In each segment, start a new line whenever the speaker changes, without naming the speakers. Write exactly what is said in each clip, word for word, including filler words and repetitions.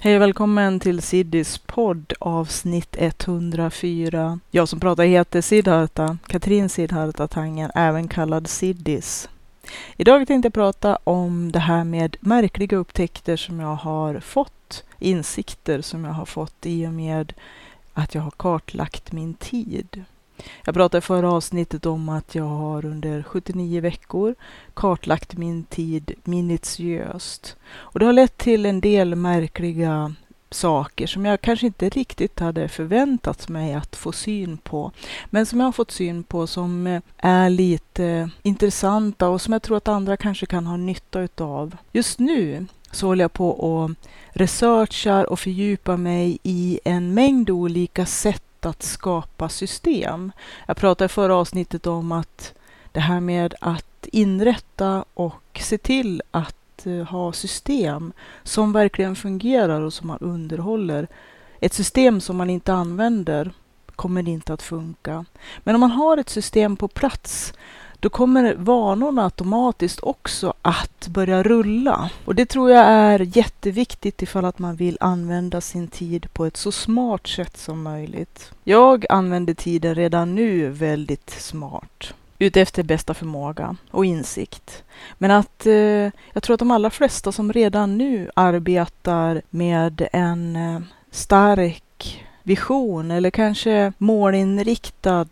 Hej och välkommen till Siddis podd avsnitt etthundrafyra. Jag som pratar heter Siddharta, Katrin Siddharta Tangen, även kallad Siddis. Idag tänkte jag prata om det här med märkliga upptäckter som jag har fått, insikter som jag har fått i och med att jag har kartlagt min tid. Jag pratade i förra avsnittet om att jag har under sjuttionio veckor kartlagt min tid minutiöst. Och det har lett till en del märkliga saker som jag kanske inte riktigt hade förväntat mig att få syn på. Men som jag har fått syn på som är lite intressanta och som jag tror att andra kanske kan ha nytta utav. Just nu så håller jag på och researchar och fördjupar mig i en mängd olika sätt att skapa system. Jag pratade i förra avsnittet om att det här med att inrätta och se till att uh, ha system som verkligen fungerar och som man underhåller. Ett system som man inte använder kommer inte att funka. Men om man har ett system på plats, då kommer vanorna automatiskt också att börja rulla. Och det tror jag är jätteviktigt ifall att man vill använda sin tid på ett så smart sätt som möjligt. Jag använder tiden redan nu väldigt smart, utefter bästa förmåga och insikt. Men att eh, jag tror att de allra flesta som redan nu arbetar med en eh, stark vision eller kanske målinriktad,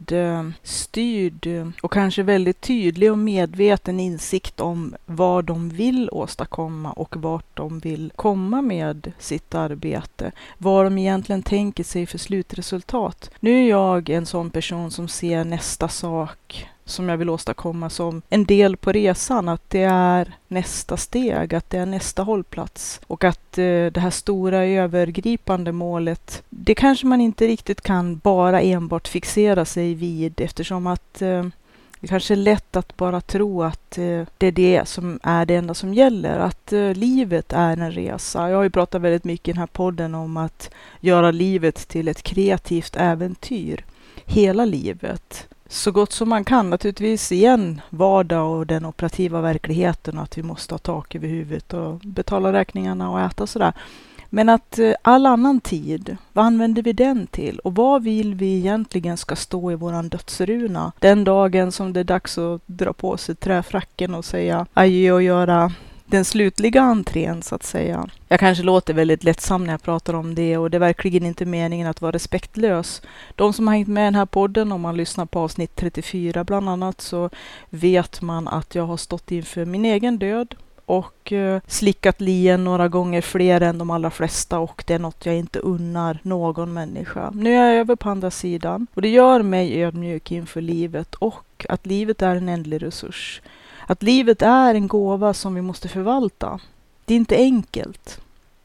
styrd och kanske väldigt tydlig och medveten insikt om vad de vill åstadkomma och vart de vill komma med sitt arbete. Vad de egentligen tänker sig för slutresultat. Nu är jag en sån person som ser nästa sak som jag vill åstadkomma som en del på resan, att det är nästa steg, att det är nästa hållplats och att eh, det här stora övergripande målet, det kanske man inte riktigt kan bara enbart fixera sig vid, eftersom att eh, det kanske är lätt att bara tro att eh, det är det som är det enda som gäller, att eh, livet är en resa. Jag har ju pratat väldigt mycket i den här podden om att göra livet till ett kreativt äventyr, hela livet. Så gott som man kan, naturligtvis igen vardag och den operativa verkligheten, att vi måste ha tak över huvudet och betala räkningarna och äta sådär. Men att all annan tid, vad använder vi den till? Och vad vill vi egentligen ska stå i våran dödsruna? Den dagen som det är dags att dra på sig träfracken och säga adjö och göra den slutliga entrén så att säga. Jag kanske låter väldigt lättsam när jag pratar om det och det är verkligen inte meningen att vara respektlös. De som har hängt med i den här podden, om man lyssnar på avsnitt trettiofyra bland annat, så vet man att jag har stått inför min egen död och eh, slickat lien några gånger fler än de allra flesta, och det är något jag inte unnar någon människa. Nu är jag över på andra sidan och det gör mig ödmjuk inför livet och att livet är en ändlig resurs. Att livet är en gåva som vi måste förvalta. Det är inte enkelt.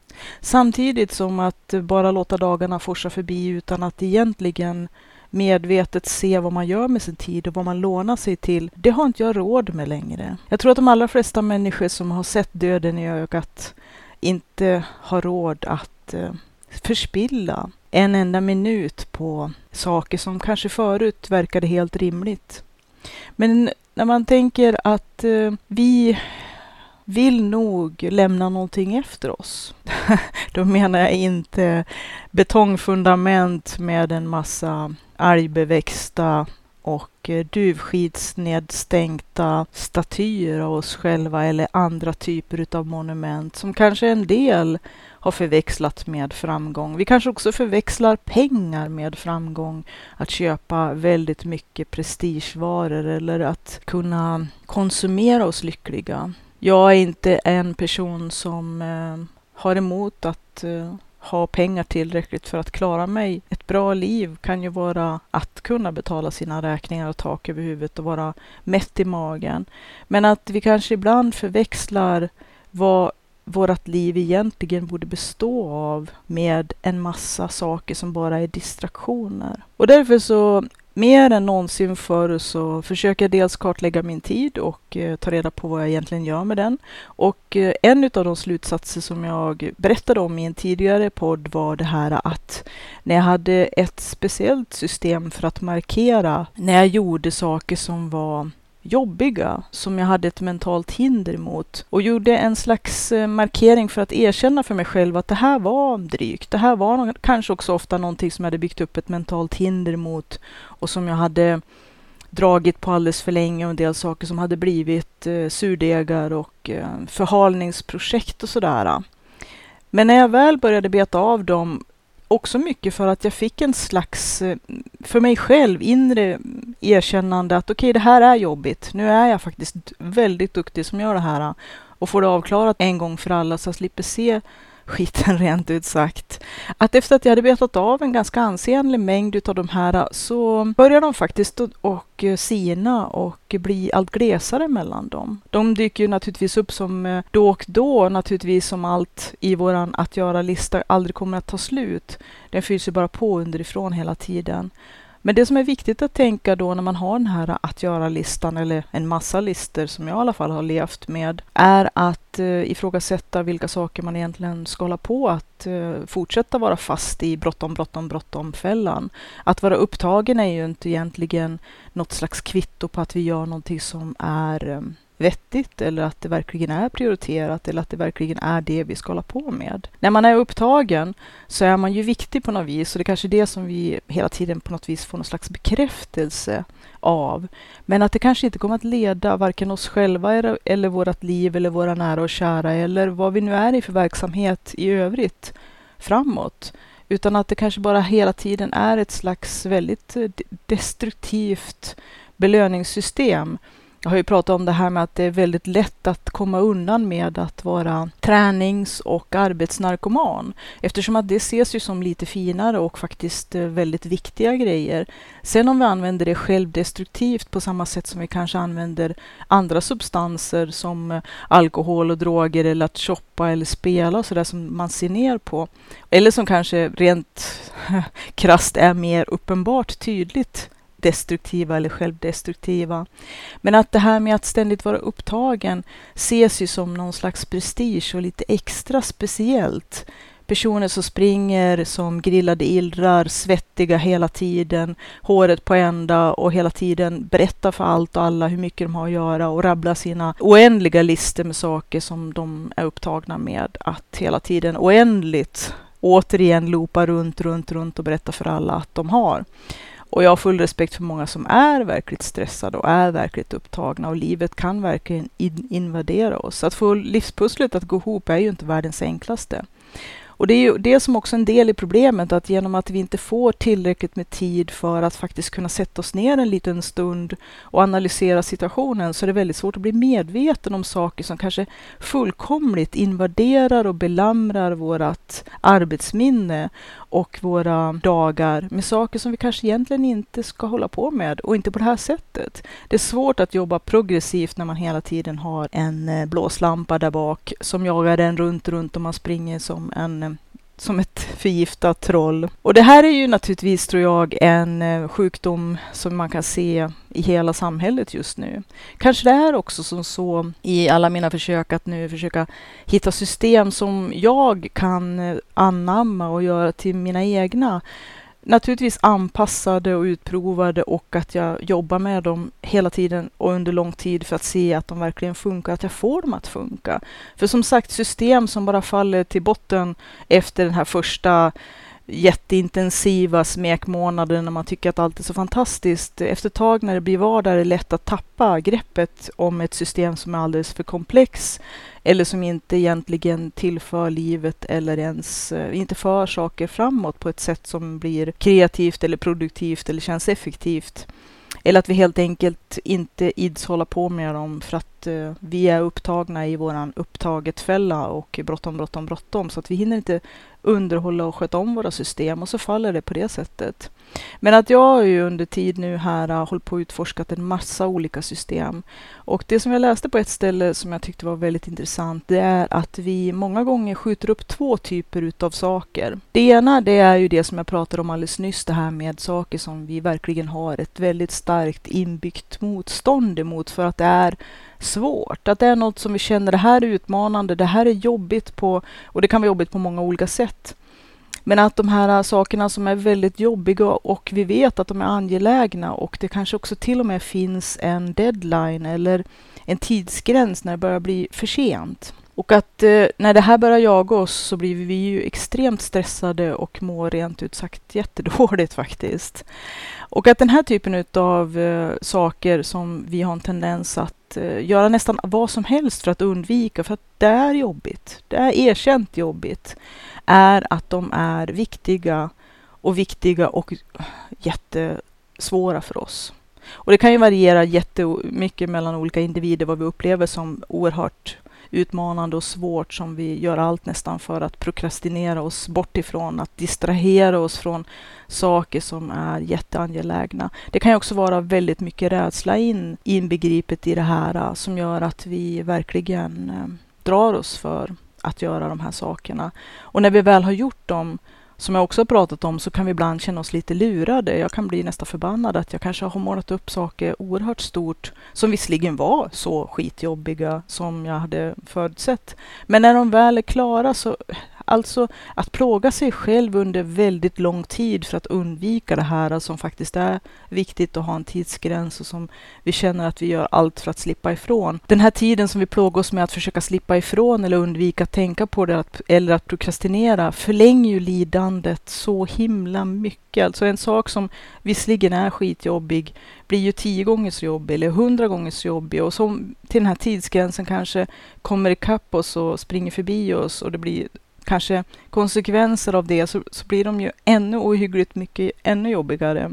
Samtidigt som att bara låta dagarna forsa förbi utan att egentligen medvetet se vad man gör med sin tid och vad man lånar sig till, det har inte jag råd med längre. Jag tror att de allra flesta människor som har sett döden i ögat inte har råd att eh, förspilla en enda minut på saker som kanske förut verkade helt rimligt. Men när man tänker att eh, vi vill nog lämna någonting efter oss, då menar jag inte betongfundament med en massa algbeväxta och duvskidsnedstänkta statyer av oss själva eller andra typer av monument som kanske en del har förväxlat med framgång. Vi kanske också förväxlar pengar med framgång, att köpa väldigt mycket prestigevaror eller att kunna konsumera oss lyckliga. Jag är inte en person som eh, har emot att eh, ha pengar tillräckligt för att klara mig. Ett bra liv kan ju vara att kunna betala sina räkningar och tak över huvudet och vara mätt i magen. Men att vi kanske ibland förväxlar vad vårt liv egentligen borde bestå av med en massa saker som bara är distraktioner. Och därför så mer än någonsin förr så försöker jag dels kartlägga min tid och eh, ta reda på vad jag egentligen gör med den. Och eh, en av de slutsatser som jag berättade om i en tidigare podd var det här att när jag hade ett speciellt system för att markera när jag gjorde saker som var jobbiga som jag hade ett mentalt hinder emot och gjorde en slags markering för att erkänna för mig själv att det här var drygt. Det här var kanske också ofta någonting som jag hade byggt upp ett mentalt hinder emot och som jag hade dragit på alldeles för länge och en del saker som hade blivit eh, surdegar och eh, förhalningsprojekt och sådär. Men när jag väl började beta av dem, också mycket för att jag fick en slags, eh, för mig själv, inre erkännande att okej, okay, det här är jobbigt. Nu är jag faktiskt väldigt duktig som gör det här och får det avklarat en gång för alla så jag slipper se skiten rent ut sagt. Att efter att jag hade betat av en ganska ansenlig mängd utav de här så börjar de faktiskt att och sina och bli allt glesare mellan dem. De dyker ju naturligtvis upp som då och då, naturligtvis som allt i våran att göra-lista aldrig kommer att ta slut. Den fylls ju bara på underifrån hela tiden. Men det som är viktigt att tänka då när man har den här att göra-listan eller en massa listor som jag i alla fall har levt med är att eh, ifrågasätta vilka saker man egentligen ska hålla på att eh, fortsätta vara fast i bråttom, bråttom, bråttom-fällan. Att vara upptagen är ju inte egentligen något slags kvitto på att vi gör någonting som är eh, vettigt eller att det verkligen är prioriterat eller att det verkligen är det vi ska hålla på med. När man är upptagen så är man ju viktig på något vis och det är kanske det som vi hela tiden på något vis får någon slags bekräftelse av. Men att det kanske inte kommer att leda varken oss själva eller vårt liv eller våra nära och kära eller vad vi nu är i för verksamhet i övrigt framåt. Utan att det kanske bara hela tiden är ett slags väldigt destruktivt belöningssystem. Jag har ju pratat om det här med att det är väldigt lätt att komma undan med att vara tränings- och arbetsnarkoman. Eftersom att det ses ju som lite finare och faktiskt väldigt viktiga grejer. Sen om vi använder det självdestruktivt på samma sätt som vi kanske använder andra substanser som alkohol och droger eller att shoppa eller spela och sådär som man ser ner på. Eller som kanske rent krasst är mer uppenbart tydligt destruktiva eller självdestruktiva. Men att det här med att ständigt vara upptagen ses ju som någon slags prestige och lite extra speciellt. Personer som springer som grillade illrar, svettiga hela tiden, håret på ända och hela tiden berättar för allt och alla hur mycket de har att göra och rabblar sina oändliga listor med saker som de är upptagna med att hela tiden oändligt återigen loopa runt, runt, runt och berätta för alla att de har. Och jag har full respekt för många som är verkligt stressade och är verkligt upptagna och livet kan verkligen in- invadera oss. Att få livspusslet att gå ihop är ju inte världens enklaste. Och det är ju det som också är en del i problemet, att genom att vi inte får tillräckligt med tid för att faktiskt kunna sätta oss ner en liten stund och analysera situationen så är det väldigt svårt att bli medveten om saker som kanske fullkomligt invaderar och belamrar vårat arbetsminne och våra dagar med saker som vi kanske egentligen inte ska hålla på med och inte på det här sättet. Det är svårt att jobba progressivt när man hela tiden har en blåslampa där bak som jagar en runt, runt och man springer som en som ett förgiftat troll. Och det här är ju naturligtvis, tror jag, en sjukdom som man kan se i hela samhället just nu. Kanske det är också som så i alla mina försök att nu försöka hitta system som jag kan anamma och göra till mina egna. Naturligtvis anpassade och utprovade och att jag jobbar med dem hela tiden och under lång tid för att se att de verkligen funkar, att jag får dem att funka. För som sagt, system som bara faller till botten efter den här första jätteintensiva smekmånaden när man tycker att allt är så fantastiskt. Efter ett tag när det blir vardag är det lätt att tappa greppet om ett system som är alldeles för komplex eller som inte egentligen tillför livet eller ens inte för saker framåt på ett sätt som blir kreativt eller produktivt eller känns effektivt. Eller att vi helt enkelt inte ids hålla på med dem för att uh, vi är upptagna i våran upptaget-fälla och bråttom, bråttom, bråttom. Så att vi hinner inte underhålla och sköta om våra system och så faller det på det sättet. Men att jag har ju under tid nu här uh, hållit på att utforskat en massa olika system. Och det som jag läste på ett ställe som jag tyckte var väldigt intressant, det är att vi många gånger skjuter upp två typer utav saker. Det ena, det är ju det som jag pratade om alldeles nyss, det här med saker som vi verkligen har ett väldigt starkt inbyggt motstånd emot för att det är svårt. Att det är något som vi känner, det här är utmanande, det här är jobbigt på, och det kan vara jobbigt på många olika sätt. Men att de här sakerna som är väldigt jobbiga och vi vet att de är angelägna och det kanske också till och med finns en deadline eller en tidsgräns när det börjar bli för sent. Och att eh, när det här börjar jaga oss så blir vi ju extremt stressade och mår rent ut sagt jättedåligt faktiskt. Och att den här typen av eh, saker som vi har en tendens att eh, göra nästan vad som helst för att undvika, för att det är jobbigt, det är erkänt jobbigt, är att de är viktiga och viktiga och jättesvåra för oss. Och det kan ju variera jättemycket mellan olika individer vad vi upplever som oerhört utmanande och svårt, som vi gör allt nästan för att prokrastinera oss bort ifrån, att distrahera oss från saker som är jätteangelägna. Det kan ju också vara väldigt mycket rädsla in, inbegripet i det här som gör att vi verkligen eh, drar oss för att göra de här sakerna. Och när vi väl har gjort dem, som jag också har pratat om, så kan vi ibland känna oss lite lurade. Jag kan bli nästan förbannad att jag kanske har målat upp saker oerhört stort som visserligen var så skitjobbiga som jag hade förutsett. Men när de väl är klara så, alltså att plåga sig själv under väldigt lång tid för att undvika det här som faktiskt är viktigt att ha en tidsgräns och som vi känner att vi gör allt för att slippa ifrån. Den här tiden som vi plågar oss med att försöka slippa ifrån eller undvika att tänka på det eller att prokrastinera förlänger ju lidandet så himla mycket. Alltså en sak som visserligen är skitjobbig blir ju tio gånger så jobbig eller hundra gånger så jobbig, och som till den här tidsgränsen kanske kommer ikapp oss och springer förbi oss, och det blir kanske konsekvenser av det, så, så blir de ju ännu ohyggligt mycket ännu jobbigare.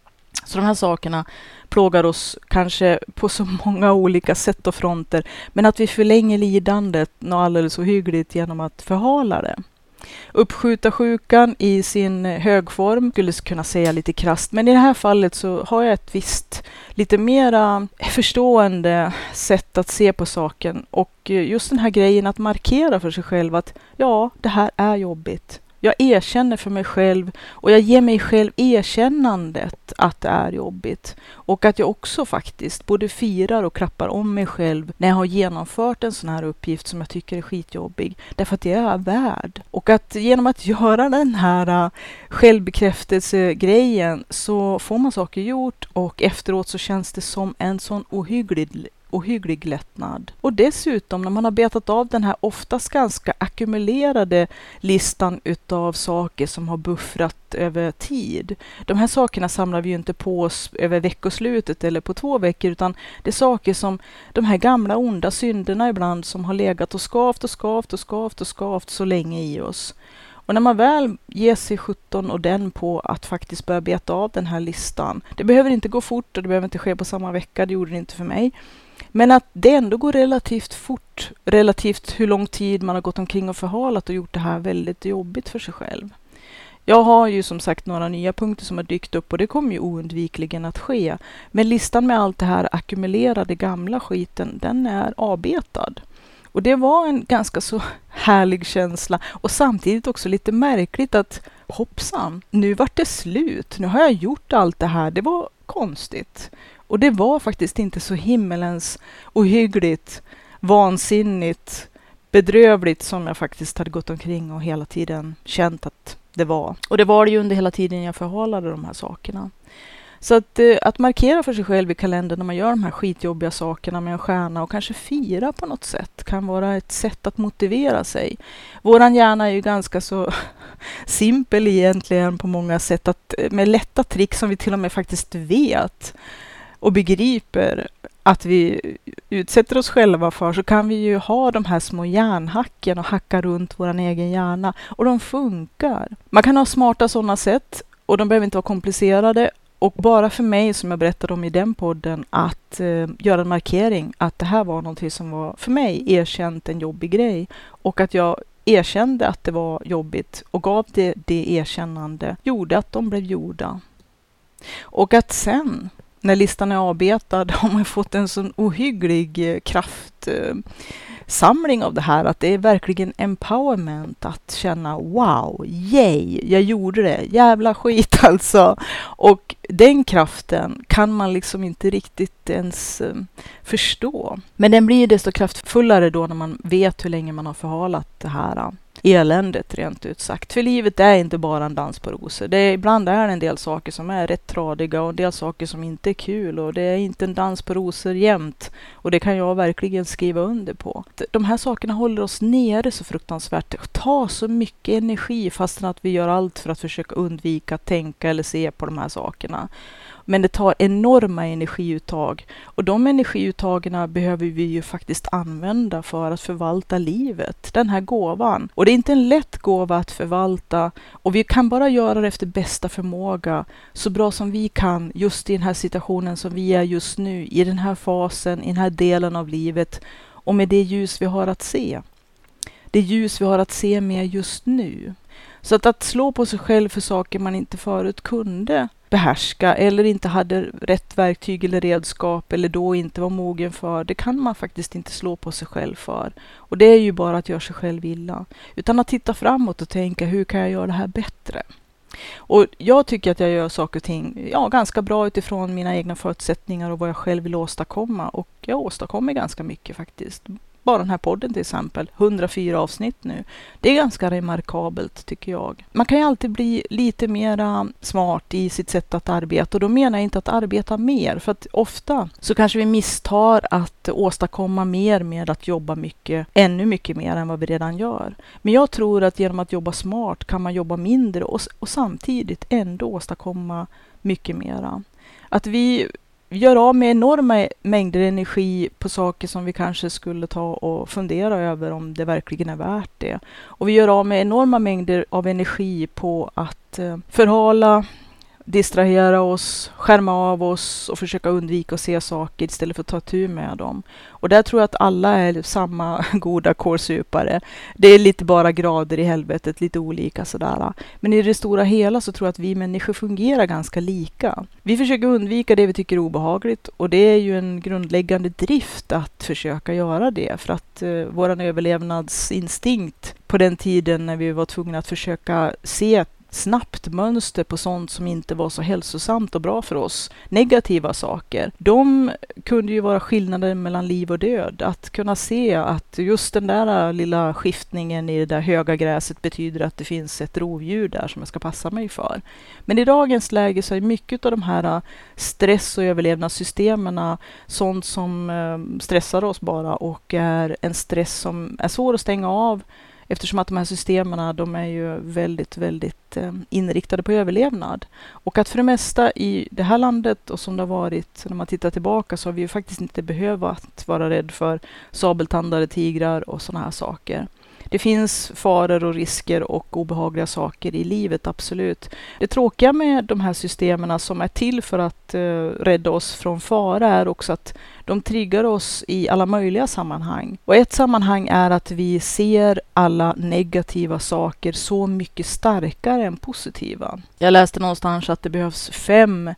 Så de här sakerna plågar oss kanske på så många olika sätt och fronter, men att vi förlänger lidandet något alldeles ohyggligt genom att förhala det. Uppskjuta sjukan i sin högform, skulle kunna säga lite krasst, men i det här fallet så har jag ett visst lite mera förstående sätt att se på saken, och just den här grejen att markera för sig själv att ja, det här är jobbigt. Jag erkänner för mig själv och jag ger mig själv erkännandet att det är jobbigt. Och att jag också faktiskt både firar och klappar om mig själv när jag har genomfört en sån här uppgift som jag tycker är skitjobbig. Därför att det är jag värd. Och att genom att göra den här självbekräftelsegrejen så får man saker gjort, och efteråt så känns det som en sån ohygglig ohygglig lättnad. Och dessutom när man har betat av den här oftast ganska ackumulerade listan utav saker som har buffrat över tid. De här sakerna samlar vi ju inte på oss över veckoslutet eller på två veckor, utan det är saker som de här gamla onda synderna ibland som har legat och skavt och skavt och skavt och skavt så länge i oss. Och när man väl ger sig sjutton och den på att faktiskt börja beta av den här listan, det behöver inte gå fort och det behöver inte ske på samma vecka, det gjorde det inte för mig. Men att det ändå går relativt fort, relativt hur lång tid man har gått omkring och förhalat och gjort det här väldigt jobbigt för sig själv. Jag har ju som sagt några nya punkter som har dykt upp, och det kommer ju oundvikligen att ske. Men listan med allt det här ackumulerade gamla skiten, den är avbetad. Och det var en ganska så härlig känsla, och samtidigt också lite märkligt att hoppsan, nu vart det slut. Nu har jag gjort allt det här. Det var konstigt. Och det var faktiskt inte så himmelens ohyggligt, vansinnigt, bedrövligt som jag faktiskt hade gått omkring och hela tiden känt att det var. Och det var det ju under hela tiden jag förhalade de här sakerna. Så att, att markera för sig själv i kalendern när man gör de här skitjobbiga sakerna med en stjärna och kanske fira på något sätt kan vara ett sätt att motivera sig. Våran hjärna är ju ganska så simpel egentligen på många sätt, att med lätta trick som vi till och med faktiskt vet och begriper att vi utsätter oss själva för, så kan vi ju ha de här små hjärnhacken och hacka runt vår egen hjärna, och de funkar. Man kan ha smarta sådana sätt och de behöver inte vara komplicerade, och bara för mig, som jag berättade om i den podden, att eh, göra en markering att det här var någonting som var för mig erkänt en jobbig grej, och att jag erkände att det var jobbigt och gav det, det erkännande gjorde att de blev gjorda. Och att sen när listan är avbetad har man fått en sån ohygglig kraftsamling av det här, att det är verkligen empowerment att känna wow, yay, jag gjorde det, jävla skit alltså. Och den kraften kan man liksom inte riktigt ens förstå. Men den blir desto kraftfullare då när man vet hur länge man har förhalat det här. eländet rent ut sagt. För livet är inte bara en dans på rosor. Det är, ibland är det en del saker som är rätt tradiga och en del saker som inte är kul och det är inte en dans på rosor jämt. Och det kan jag verkligen skriva under på. De här sakerna håller oss nere så fruktansvärt. Det tar så mycket energi fastän att vi gör allt för att försöka undvika att tänka eller se på de här sakerna. Men det tar enorma energiuttag och de energiuttagen behöver vi ju faktiskt använda för att förvalta livet, den här gåvan. Och det är inte en lätt gåva att förvalta och vi kan bara göra det efter bästa förmåga så bra som vi kan just i den här situationen som vi är just nu, i den här fasen, i den här delen av livet och med det ljus vi har att se. Det ljus vi har att se med just nu. Så att, att slå på sig själv för saker man inte förut kunde behärska eller inte hade rätt verktyg eller redskap eller då inte var mogen för, det kan man faktiskt inte slå på sig själv för. Och det är ju bara att göra sig själv illa. Utan att titta framåt och tänka, hur kan jag göra det här bättre? Och jag tycker att jag gör saker och ting ja, ganska bra utifrån mina egna förutsättningar och vad jag själv vill åstadkomma. Och jag åstadkommer ganska mycket faktiskt. Bara den här podden till exempel, hundrafyra avsnitt nu. Det är ganska remarkabelt tycker jag. Man kan ju alltid bli lite mera smart i sitt sätt att arbeta. Och då menar jag inte att arbeta mer. För att ofta så kanske vi misstar att åstadkomma mer med att jobba mycket. Ännu mycket mer än vad vi redan gör. Men jag tror att genom att jobba smart kan man jobba mindre och, och samtidigt ändå åstadkomma mycket mera. Att vi gör av med enorma mängder energi på saker som vi kanske skulle ta och fundera över om det verkligen är värt det. Och vi gör av med enorma mängder av energi på att eh, förhala, distrahera oss, skärma av oss och försöka undvika att se saker istället för att ta tur med dem. Och där tror jag att alla är samma goda kålsupare. Det är lite bara grader i helvetet, lite olika sådär. Men i det stora hela så tror jag att vi människor fungerar ganska lika. Vi försöker undvika det vi tycker är obehagligt och det är ju en grundläggande drift att försöka göra det. För att eh, våran överlevnadsinstinkt på den tiden när vi var tvungna att försöka se snabbt mönster på sånt som inte var så hälsosamt och bra för oss. Negativa saker. De kunde ju vara skillnaden mellan liv och död. Att kunna se att just den där lilla skiftningen i det där höga gräset betyder att det finns ett rovdjur där som jag ska passa mig för. Men i dagens läge så är mycket av de här stress- och överlevnadssystemen sånt som stressar oss bara och är en stress som är svår att stänga av. Eftersom att de här systemen de är ju väldigt, väldigt eh, inriktade på överlevnad. Och att för det mesta i det här landet och som det har varit när man tittar tillbaka så har vi ju faktiskt inte behövt vara rädd för sabeltandade tigrar och sådana här saker. Det finns faror och risker och obehagliga saker i livet, absolut. Det tråkiga med de här systemen som är till för att uh, rädda oss från fara är också att de triggar oss i alla möjliga sammanhang. Och ett sammanhang är att vi ser alla negativa saker så mycket starkare än positiva. Jag läste någonstans att det behövs fem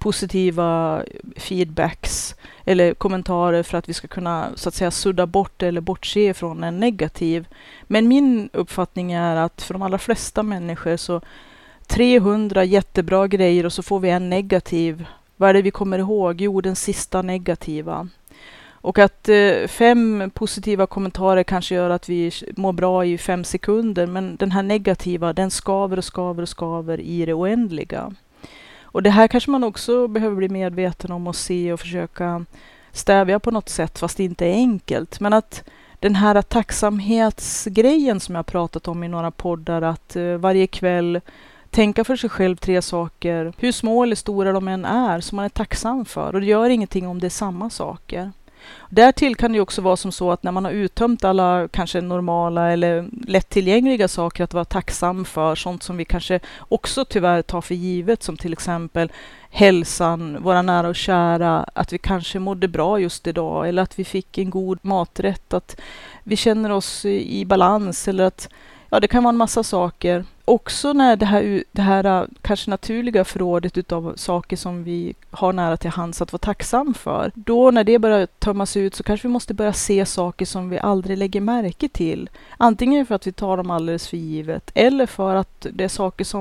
positiva feedbacks eller kommentarer för att vi ska kunna så att säga sudda bort eller bortse från en negativ. Men min uppfattning är att för de allra flesta människor så trehundra jättebra grejer och så får vi en negativ. Vad är det vi kommer ihåg? Jo, den sista negativa. Och att eh, fem positiva kommentarer kanske gör att vi mår bra i fem sekunder, men den här negativa, den skaver och skaver och skaver i det oändliga. Och det här kanske man också behöver bli medveten om och se och försöka stävja på något sätt, fast det inte är enkelt. Men att den här tacksamhetsgrejen som jag pratat om i några poddar, att uh, varje kväll tänka för sig själv tre saker, hur små eller stora de än är, som man är tacksam för. Och det gör ingenting om det är samma saker. Därtill kan det också vara som så att när man har uttömt alla kanske normala eller lättillgängliga saker att vara tacksam för, sånt som vi kanske också tyvärr tar för givet, som till exempel hälsan, våra nära och kära, att vi kanske mådde bra just idag eller att vi fick en god maträtt, att vi känner oss i balans eller att ja, det kan vara en massa saker. Också när det här, det här kanske naturliga förrådet utav saker som vi har nära till hands att vara tacksam för. Då när det börjar tömmas ut så kanske vi måste börja se saker som vi aldrig lägger märke till. Antingen för att vi tar dem alldeles för givet eller för att det är saker som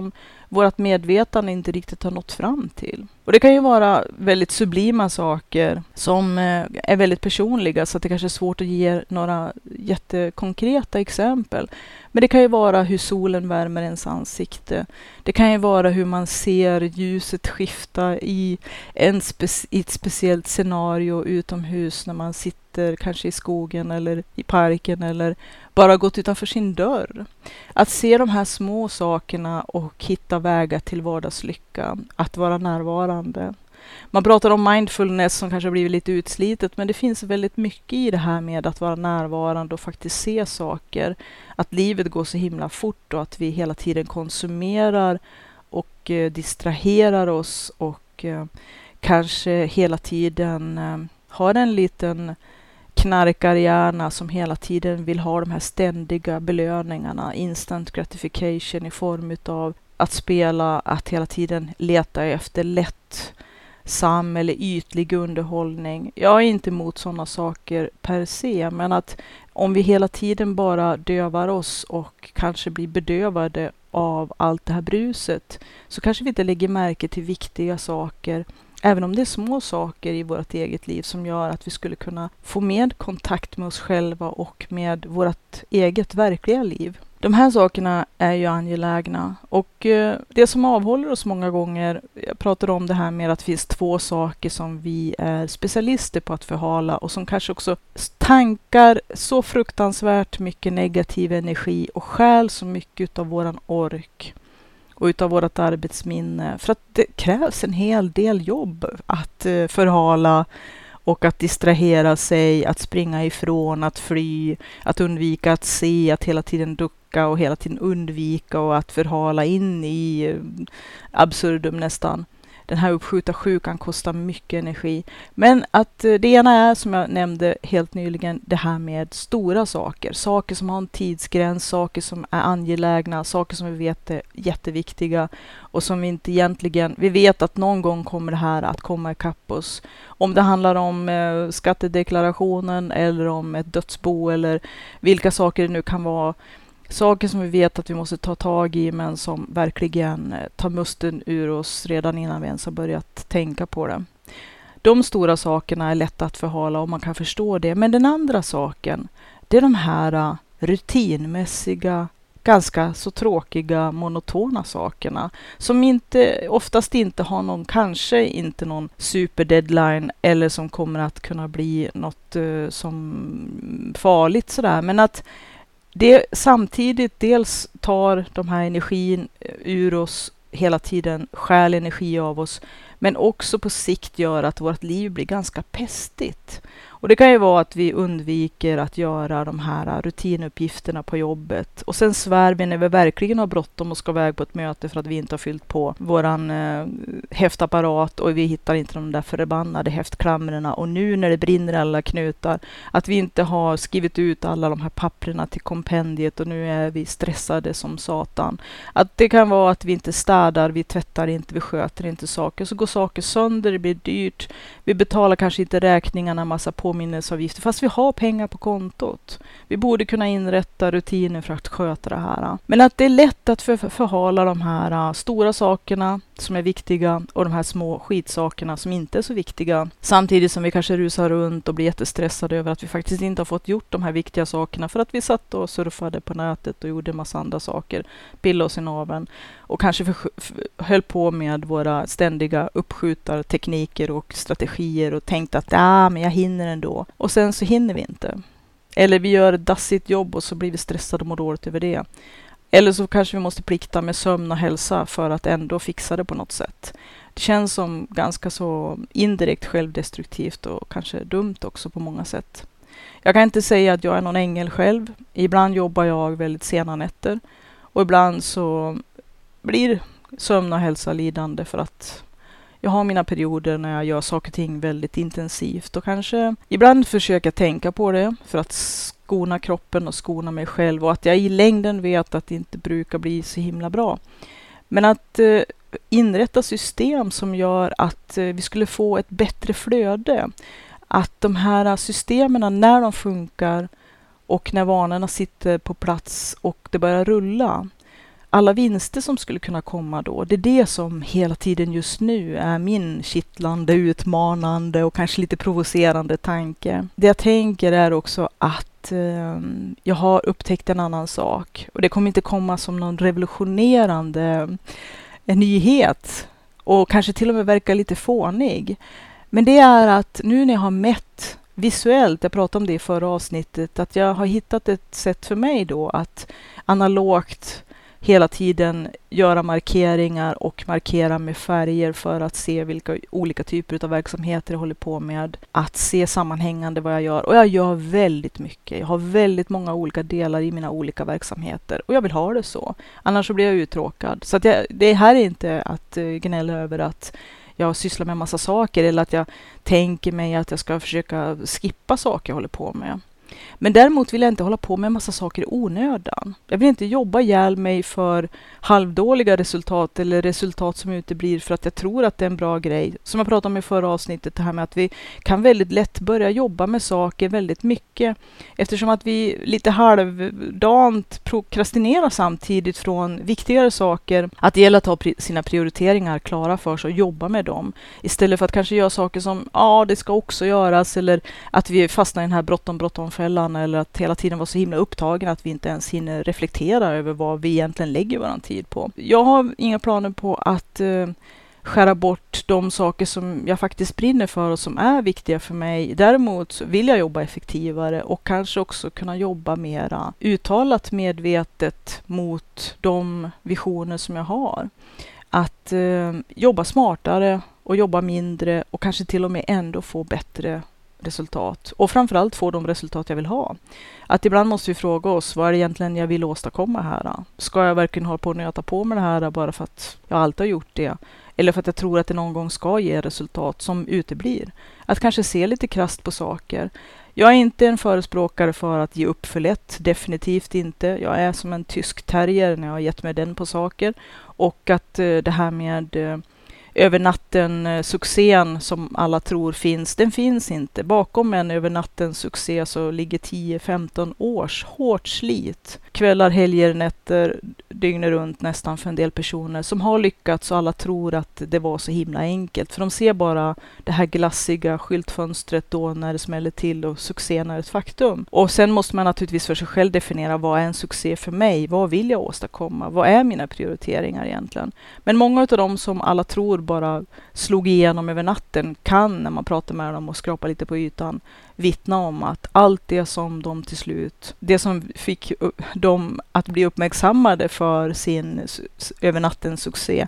vårt medvetande inte riktigt har nått fram till. Och det kan ju vara väldigt sublima saker som är väldigt personliga, så att det kanske är svårt att ge några jättekonkreta exempel. Men det kan ju vara hur solen värmer ens ansikte. Det kan ju vara hur man ser ljuset skifta i, en spe- i ett speciellt scenario utomhus när man sitter kanske i skogen eller i parken eller bara gått utanför sin dörr. Att se de här små sakerna och hitta vägar till vardagslycka. Att vara närvarande. Man pratar om mindfulness som kanske har blivit lite utslitet, men det finns väldigt mycket i det här med att vara närvarande och faktiskt se saker. Att livet går så himla fort och att vi hela tiden konsumerar och eh, distraherar oss och eh, kanske hela tiden eh, har en liten knarkarhjärna som hela tiden vill ha de här ständiga belöningarna, instant gratification i form av att spela, att hela tiden leta efter lätt sam eller ytlig underhållning. Jag är inte emot sådana saker per se, men att om vi hela tiden bara dövar oss och kanske blir bedövade av allt det här bruset, så kanske vi inte lägger märke till viktiga saker, även om det är små saker i vårt eget liv som gör att vi skulle kunna få med kontakt med oss själva och med vårt eget verkliga liv. De här sakerna är ju angelägna, och eh, det som avhåller oss många gånger, jag pratar om det här med att det finns två saker som vi är specialister på att förhala och som kanske också tankar så fruktansvärt mycket negativ energi och stjäl så mycket av våran ork och utav vårt arbetsminne, för att det krävs en hel del jobb att eh, förhala och att distrahera sig, att springa ifrån, att fly, att undvika att se, att hela tiden ducka och hela tiden undvika och att förhala in i eh, absurdum nästan. Den här uppskjuta sjukan kostar mycket energi. Men att eh, det ena är, som jag nämnde helt nyligen, det här med stora saker. Saker som har en tidsgräns, saker som är angelägna, saker som vi vet är jätteviktiga och som vi inte egentligen, vi vet att någon gång kommer det här att komma ikapp oss. Om det handlar om eh, skattedeklarationen eller om ett dödsbo eller vilka saker det nu kan vara. Saker som vi vet att vi måste ta tag i, men som verkligen tar musten ur oss redan innan vi ens har börjat tänka på det. De stora sakerna är lätta att förhala och man kan förstå det. Men den andra saken, det är de här rutinmässiga, ganska så tråkiga, monotona sakerna. Som inte, oftast inte har någon, kanske inte någon superdeadline eller som kommer att kunna bli något uh, som farligt sådär. Men att det samtidigt dels tar de här energin ur oss hela tiden, stjäl energi av oss, men också på sikt gör att vårt liv blir ganska pestigt. Och det kan ju vara att vi undviker att göra de här rutinuppgifterna på jobbet. Och sen svär vi när vi verkligen har bråttom och ska iväg på ett möte för att vi inte har fyllt på våran eh, häftapparat och vi hittar inte de där förbannade häftklamrorna. Och nu när det brinner alla knutar, att vi inte har skrivit ut alla de här papperna till kompendiet och nu är vi stressade som satan. Att det kan vara att vi inte städar, vi tvättar inte, vi sköter inte saker. Så går saker sönder, det blir dyrt. Vi betalar kanske inte räkningarna, massa påminnelseavgifter, fast vi har pengar på kontot. Vi borde kunna inrätta rutiner för att sköta det här. Men att det är lätt att för, förhala de här uh, stora sakerna som är viktiga och de här små skitsakerna som inte är så viktiga. Samtidigt som vi kanske rusar runt och blir jättestressade över att vi faktiskt inte har fått gjort de här viktiga sakerna för att vi satt och surfade på nätet och gjorde en massa andra saker. Pilla oss i naveln och kanske för, för, höll på med våra ständiga uppskjutartekniker och strategier och tänkte att ah, men jag hinner ändå. Och sen så hinner vi inte. Eller vi gör ett dassigt jobb och så blir vi stressade och mår dåligt över det. Eller så kanske vi måste plikta med sömn och hälsa för att ändå fixa det på något sätt. Det känns som ganska så indirekt självdestruktivt och kanske dumt också på många sätt. Jag kan inte säga att jag är någon ängel själv. Ibland jobbar jag väldigt sena nätter. Och ibland så blir sömn och hälsa lidande för att jag har mina perioder när jag gör saker och ting väldigt intensivt. Och kanske ibland försöker jag tänka på det för att skona kroppen och skona mig själv. Och att jag i längden vet att det inte brukar bli så himla bra. Men att eh, inrätta system som gör att eh, vi skulle få ett bättre flöde. Att de här systemen när de funkar och när vanorna sitter på plats och det börjar rulla. alla vinster som skulle kunna komma då, det är det som hela tiden just nu är min kittlande, utmanande och kanske lite provocerande tanke. Det jag tänker är också att eh, jag har upptäckt en annan sak. Och det kommer inte komma som någon revolutionerande eh, nyhet. Och kanske till och med verka lite fånig. Men det är att nu när jag har mätt visuellt, jag pratade om det i förra avsnittet, att jag har hittat ett sätt för mig då att analogt hela tiden göra markeringar och markera med färger för att se vilka olika typer av verksamheter jag håller på med. Att se sammanhängande vad jag gör. Och jag gör väldigt mycket. Jag har väldigt många olika delar i mina olika verksamheter. Och jag vill ha det så. Annars så blir jag uttråkad. Så att jag, det här är inte att gnälla över att jag sysslar med en massa saker eller att jag tänker mig att jag ska försöka skippa saker jag håller på med. Men däremot vill jag inte hålla på med en massa saker i onödan. Jag vill inte jobba ihjäl mig för halvdåliga resultat eller resultat som uteblir för att jag tror att det är en bra grej. Som jag pratade om i förra avsnittet, det här med att vi kan väldigt lätt börja jobba med saker väldigt mycket. Eftersom att vi lite halvdant prokrastinerar samtidigt från viktigare saker. Att det gäller att ha sina prioriteringar klara för sig och jobba med dem. Istället för att kanske göra saker som, ja det ska också göras. Eller att vi fastnar i den här bråttom bråttom fällan eller att hela tiden vara så himla upptagen att vi inte ens hinner reflektera över vad vi egentligen lägger våran tid på. Jag har inga planer på att eh, skära bort de saker som jag faktiskt brinner för och som är viktiga för mig. Däremot vill jag jobba effektivare och kanske också kunna jobba mera uttalat medvetet mot de visioner som jag har. Att eh, jobba smartare och jobba mindre och kanske till och med ändå få bättre resultat. Och framförallt få de resultat jag vill ha. Att ibland måste vi fråga oss, vad är det egentligen jag vill åstadkomma här? Ska jag verkligen hålla på och nöta på med det här bara för att jag alltid har gjort det? Eller för att jag tror att det någon gång ska ge resultat som uteblir? Att kanske se lite krasst på saker. Jag är inte en förespråkare för att ge upp för lätt. Definitivt inte. Jag är som en tysk terrier när jag har gett mig den på saker. Och att eh, det här med eh, över natten succén som alla tror finns, den finns inte. Bakom en över natten succé så ligger tio femton års hårt slit. Kvällar, helger, nätter, dygnet runt nästan för en del personer som har lyckats och alla tror att det var så himla enkelt. För de ser bara det här glassiga skyltfönstret då när det smäller till och succén är ett faktum. Och sen måste man naturligtvis för sig själv definiera vad är en succé för mig? Vad vill jag åstadkomma? Vad är mina prioriteringar egentligen? Men många av dem som alla tror bara slog igenom över natten kan, när man pratar med dem och skrapar lite på ytan, vittna om att allt det som de till slut, det som fick dem att bli uppmärksammade för sin över nattens succé,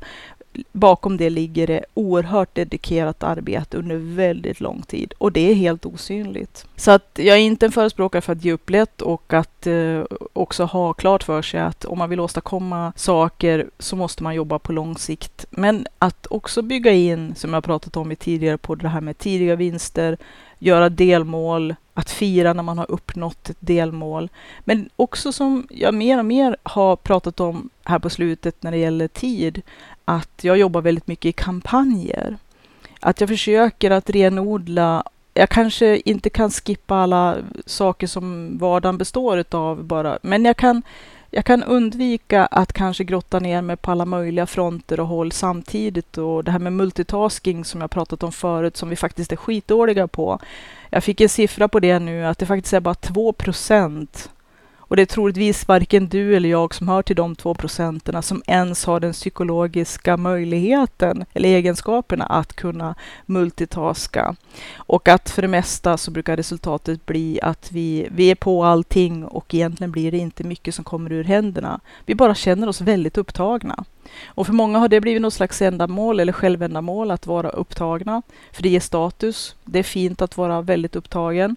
bakom det ligger det oerhört dedikerat arbete under väldigt lång tid. Och det är helt osynligt. Så att jag är inte en förespråkare för att ge upp lätt och att eh, också ha klart för sig att om man vill åstadkomma saker så måste man jobba på lång sikt. Men att också bygga in, som jag pratat om i tidigare på det här med tidiga vinster, göra delmål, att fira när man har uppnått ett delmål. Men också som jag mer och mer har pratat om här på slutet när det gäller tid, att jag jobbar väldigt mycket i kampanjer. Att jag försöker att renodla, jag kanske inte kan skippa alla saker som vardagen består utav bara, men jag kan Jag kan undvika att kanske grotta ner mig på alla möjliga fronter och håll samtidigt. Och det här med multitasking som jag pratat om förut, som vi faktiskt är skitdåliga på. Jag fick en siffra på det nu, att det faktiskt är bara två procent. Och det är troligtvis varken du eller jag som hör till de två procenterna som ens har den psykologiska möjligheten eller egenskaperna att kunna multitaska. Och att för det mesta så brukar resultatet bli att vi, vi är på allting och egentligen blir det inte mycket som kommer ur händerna. Vi bara känner oss väldigt upptagna. Och för många har det blivit något slags ändamål eller självändamål att vara upptagna. För det ger status. Det är fint att vara väldigt upptagen.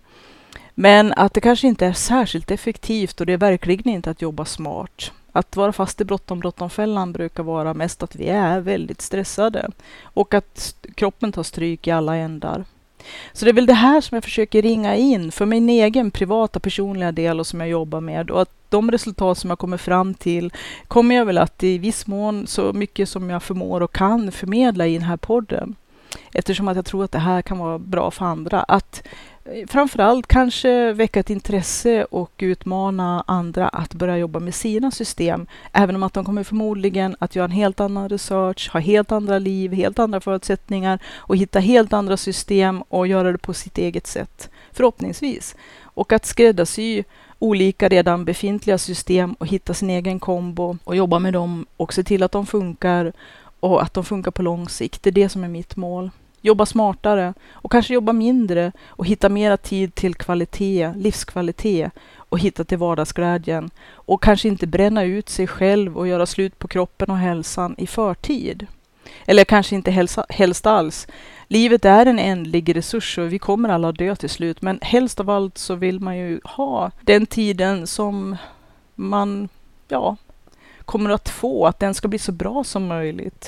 Men att det kanske inte är särskilt effektivt och det är verkligen inte att jobba smart. Att vara fast i bråttom bråttom-fällan brukar vara mest att vi är väldigt stressade. Och att kroppen tar stryk i alla ändar. Så det är väl det här som jag försöker ringa in för min egen privata personliga del och som jag jobbar med. Och att de resultat som jag kommer fram till kommer jag väl att i viss mån så mycket som jag förmår och kan förmedla i den här podden. Eftersom att jag tror att det här kan vara bra för andra. Att framförallt kanske väcka ett intresse och utmana andra att börja jobba med sina system. Även om att de kommer förmodligen att göra en helt annan research, ha helt andra liv, helt andra förutsättningar och hitta helt andra system och göra det på sitt eget sätt. Förhoppningsvis. Och att skräddarsy olika redan befintliga system och hitta sin egen kombo och jobba med dem och se till att de funkar och att de funkar på lång sikt. Det är det som är mitt mål. Jobba smartare och kanske jobba mindre och hitta mera tid till kvalitet, livskvalitet och hitta till vardagsglädjen och kanske inte bränna ut sig själv och göra slut på kroppen och hälsan i förtid. Eller kanske inte hälsa, helst alls. Livet är en ändlig resurs och vi kommer alla dö till slut, men helst av allt så vill man ju ha den tiden som man ja, kommer att få, att den ska bli så bra som möjligt.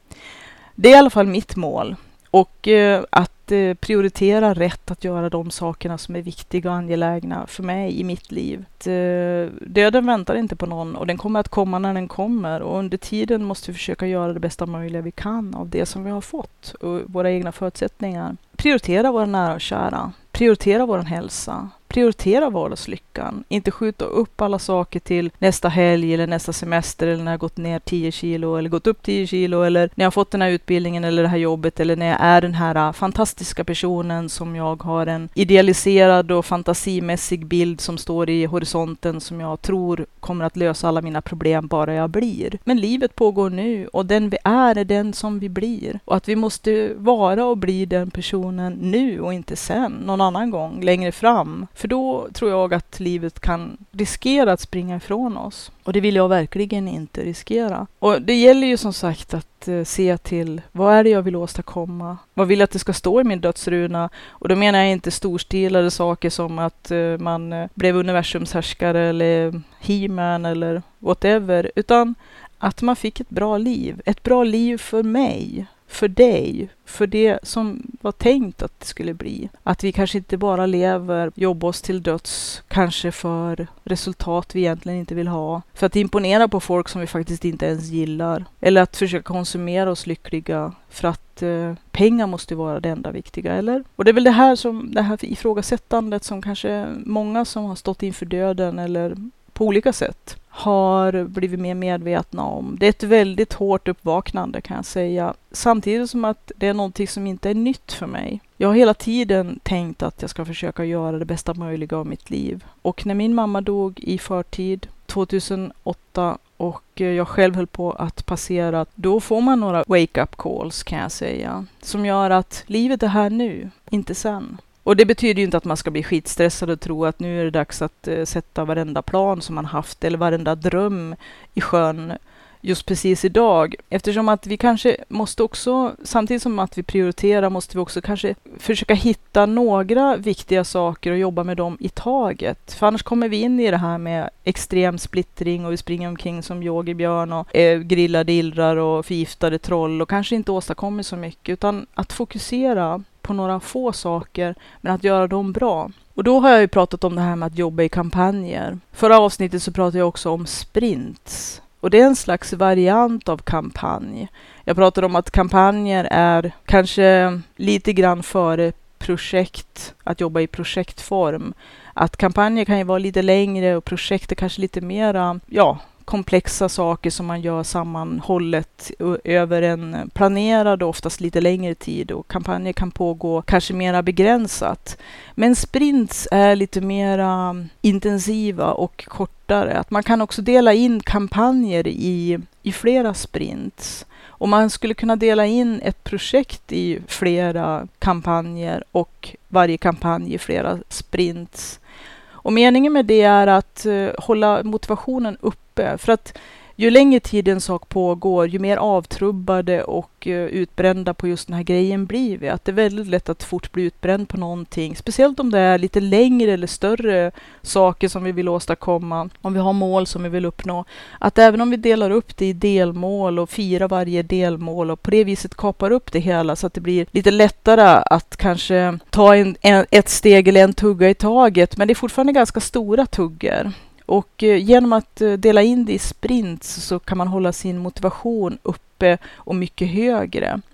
Det är i alla fall mitt mål. Och eh, att eh, prioritera rätt att göra de sakerna som är viktiga och angelägna för mig i mitt liv. Eh, döden väntar inte på någon och den kommer att komma när den kommer. Och under tiden måste vi försöka göra det bästa möjliga vi kan av det som vi har fått och våra egna förutsättningar. Prioritera våra nära och kära. Prioritera vår hälsa. Prioritera vardagslyckan. Inte skjuta upp alla saker till nästa helg eller nästa semester eller när jag gått ner tio kilo eller gått upp tio kilo eller när jag fått den här utbildningen eller det här jobbet eller när jag är den här fantastiska personen som jag har en idealiserad och fantasimässig bild som står i horisonten som jag tror kommer att lösa alla mina problem bara jag blir. Men livet pågår nu och den vi är är den som vi blir. Och att vi måste vara och bli den personen nu och inte sen, någon annan gång, längre fram. För då tror jag att livet kan riskera att springa ifrån oss. Och det vill jag verkligen inte riskera. Och det gäller ju som sagt att eh, se till vad är det jag vill åstadkomma? Vad vill jag att det ska stå i min dödsruna? Och då menar jag inte storstilade saker som att eh, man eh, blev universums härskare eller He-Man eller whatever. Utan att man fick ett bra liv. Ett bra liv för mig. För dig, för det som var tänkt att det skulle bli. Att vi kanske inte bara lever, jobbar oss till döds, kanske för resultat vi egentligen inte vill ha. För att imponera på folk som vi faktiskt inte ens gillar. Eller att försöka konsumera oss lyckliga för att eh, pengar måste vara det enda viktiga, eller? Och det är väl det här, som, det här ifrågasättandet som kanske många som har stått inför döden eller på olika sätt har blivit mer medvetna om. Det är ett väldigt hårt uppvaknande kan jag säga. Samtidigt som att det är någonting som inte är nytt för mig. Jag har hela tiden tänkt att jag ska försöka göra det bästa möjliga av mitt liv. Och när min mamma dog i förtid tjugohundraåtta och jag själv höll på att passera, då får man några wake-up calls kan jag säga. Som gör att livet är här nu, inte sen. Och det betyder ju inte att man ska bli skitstressad och tro att nu är det dags att uh, sätta varenda plan som man haft eller varenda dröm i sjön just precis idag. Eftersom att vi kanske måste också, samtidigt som att vi prioriterar, måste vi också kanske försöka hitta några viktiga saker och jobba med dem i taget. För annars kommer vi in i det här med extrem splittring och vi springer omkring som yogibjörn och eh, grillade illrar och förgiftade troll och kanske inte åstadkommer så mycket, utan att fokusera på några få saker men att göra dem bra. Och då har jag ju pratat om det här med att jobba i kampanjer. Förra avsnittet så pratade jag också om sprints. Och det är en slags variant av kampanj. Jag pratade om att kampanjer är kanske lite grann före projekt, att jobba i projektform. Att kampanjer kan ju vara lite längre och projekt är kanske lite mera, ja, komplexa saker som man gör sammanhållet över en planerad och oftast lite längre tid, och kampanjer kan pågå kanske mera begränsat. Men sprints är lite mera intensiva och kortare. Att man kan också dela in kampanjer i, i flera sprints. Och man skulle kunna dela in ett projekt i flera kampanjer och varje kampanj i flera sprints. Och meningen med det är att uh, hålla motivationen uppe. För att ju längre tid en sak pågår, ju mer avtrubbade och uh, utbrända på just den här grejen blir vi. Att det är väldigt lätt att fort bli utbränd på någonting. Speciellt om det är lite längre eller större saker som vi vill åstadkomma. Om vi har mål som vi vill uppnå. Att även om vi delar upp det i delmål och firar varje delmål och på det viset kapar upp det hela så att det blir lite lättare att kanske ta en, en, ett steg eller en tugga i taget. Men det är fortfarande ganska stora tuggar. Och eh, genom att eh, dela in det i sprints så kan man hålla sin motivation uppe och mycket högre.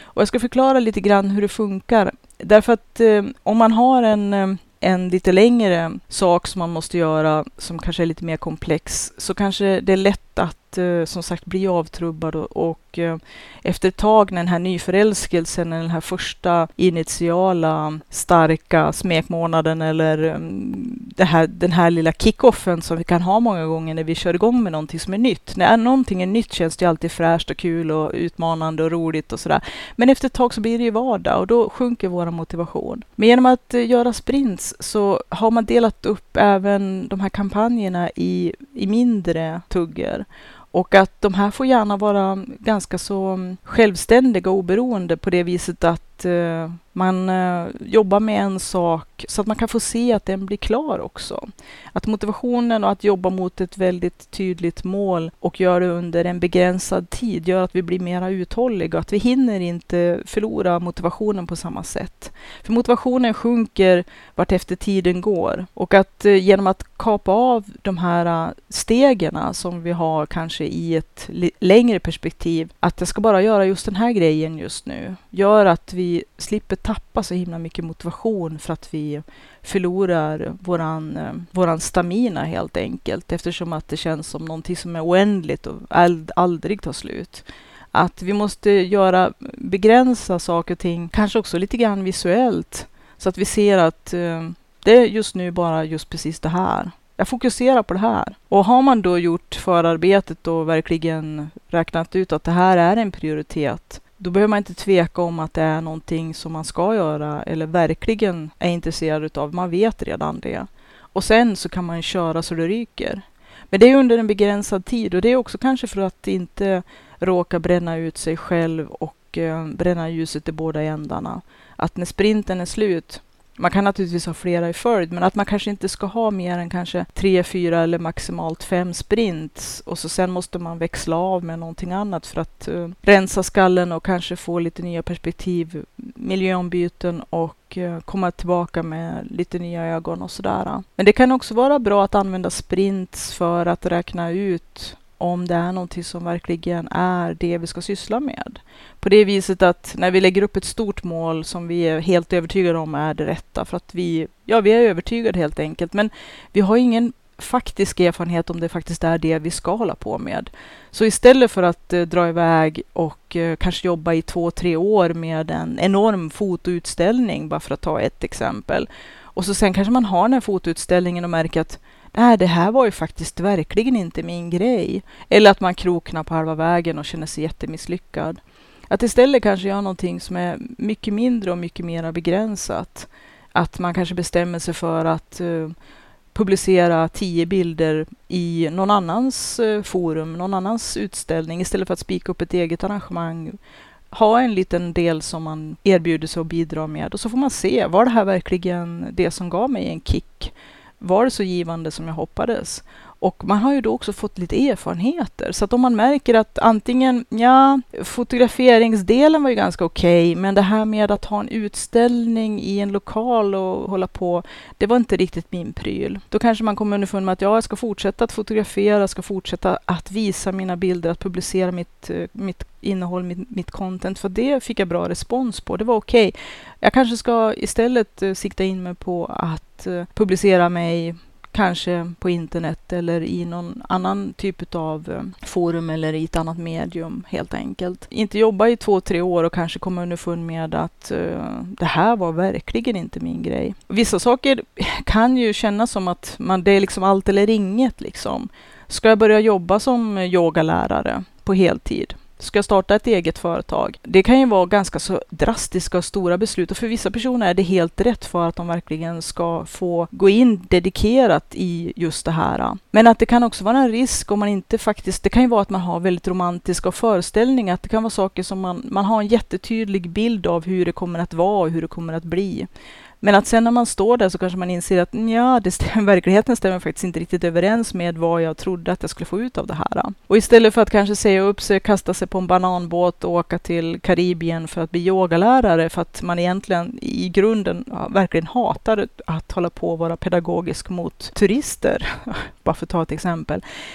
Och jag ska förklara lite grann hur det funkar. Därför att eh, om man har en, eh, en lite längre sak som man måste göra som kanske är lite mer komplex, så kanske det är lätt att eh, som sagt bli avtrubbad och, och eh, efter ett tag när den här nyförälskelsen, den här första initiala starka smekmånaden eller um, det här, den här lilla kickoffen som vi kan ha många gånger när vi kör igång med någonting som är nytt. När någonting är nytt känns det alltid fräscht och kul och utmanande och roligt och sådär. Men efter ett tag så blir det ju vardag och då sjunker vår motivation. Men genom att uh, göra sprints så har man delat upp även de här kampanjerna i, i mindre tuggar. Och att de här får gärna vara ganska så självständiga och oberoende på det viset att uh, man uh, jobbar med en sak så att man kan få se att den blir klar också. Att motivationen och att jobba mot ett väldigt tydligt mål och göra det under en begränsad tid gör att vi blir mera uthålliga och att vi hinner inte förlora motivationen på samma sätt. För motivationen sjunker vart efter tiden går och att uh, genom att kapa av de här uh, stegen som vi har kanske i ett li- längre perspektiv, att jag ska bara göra just den här grejen just nu, gör att vi slipper tappa så himla mycket motivation för att vi förlorar våran, eh, våran stamina helt enkelt, eftersom att det känns som någonting som är oändligt och ald- aldrig tar slut. Att vi måste göra, begränsa saker och ting, kanske också lite grann visuellt, så att vi ser att eh, det är just nu bara just precis det här. Jag fokuserar på det här. Och har man då gjort förarbetet och verkligen räknat ut att det här är en prioritet, då behöver man inte tveka om att det är någonting som man ska göra eller verkligen är intresserad utav. Man vet redan det. Och sen så kan man köra så det ryker. Men det är under en begränsad tid och det är också kanske för att inte råka bränna ut sig själv och eh, bränna ljuset i båda ändarna. Att när sprinten är slut, man kan naturligtvis ha flera i följd, men att man kanske inte ska ha mer än kanske tre, fyra eller maximalt fem sprints och så sen måste man växla av med någonting annat för att uh, rensa skallen och kanske få lite nya perspektiv, miljöombyten och uh, komma tillbaka med lite nya ögon och sådär. Men det kan också vara bra att använda sprints för att räkna ut om det är någonting som verkligen är det vi ska syssla med. På det viset att när vi lägger upp ett stort mål som vi är helt övertygade om är det rätta, för att vi, ja, vi är övertygade helt enkelt, men vi har ingen faktisk erfarenhet om det faktiskt är det vi ska hålla på med. Så istället för att eh, dra iväg och eh, kanske jobba i två, tre år med en enorm fotoutställning, bara för att ta ett exempel, och så sen kanske man har den här fotoutställningen och märker att nej, det här var ju faktiskt verkligen inte min grej. Eller att man kroknar på halva vägen och känner sig jättemisslyckad. Att istället kanske göra någonting som är mycket mindre och mycket mer begränsat. Att man kanske bestämmer sig för att uh, publicera tio bilder i någon annans uh, forum, någon annans utställning, istället för att spika upp ett eget arrangemang. Ha en liten del som man erbjuder sig att bidra med. Och så får man se, var det här verkligen det som gav mig en kick? Var det så givande som jag hoppades? Och man har ju då också fått lite erfarenheter. Så att om man märker att antingen, ja, fotograferingsdelen var ju ganska okej, okay, men det här med att ha en utställning i en lokal och hålla på, det var inte riktigt min pryl. Då kanske man kommer underfund med att ja, jag ska fortsätta att fotografera, ska fortsätta att visa mina bilder, att publicera mitt, mitt innehåll, mitt, mitt content, för det fick jag bra respons på. Det var okej. Okay. Jag kanske ska istället uh, sikta in mig på att uh, publicera mig kanske på internet eller i någon annan typ av uh, forum eller i ett annat medium helt enkelt. Inte jobba i två, tre år och kanske komma underfund med att uh, det här var verkligen inte min grej. Vissa saker kan ju kännas som att man, det är liksom allt eller inget liksom. Ska jag börja jobba som yogalärare på heltid? Ska jag starta ett eget företag? Det kan ju vara ganska så drastiska och stora beslut och för vissa personer är det helt rätt för att de verkligen ska få gå in dedikerat i just det här. Men att det kan också vara en risk om man inte faktiskt, det kan ju vara att man har väldigt romantiska föreställningar, att det kan vara saker som man, man har en jättetydlig bild av hur det kommer att vara och hur det kommer att bli. Men att sen när man står där så kanske man inser att ja, det stämmer, verkligheten stämmer faktiskt inte riktigt överens med vad jag trodde att jag skulle få ut av det här. Och istället för att kanske säga upp sig, kasta sig på en bananbåt och åka till Karibien för att bli yogalärare, för att man egentligen i grunden ja, verkligen hatar att hålla på och vara pedagogisk mot turister, bara för att ta ett exempel.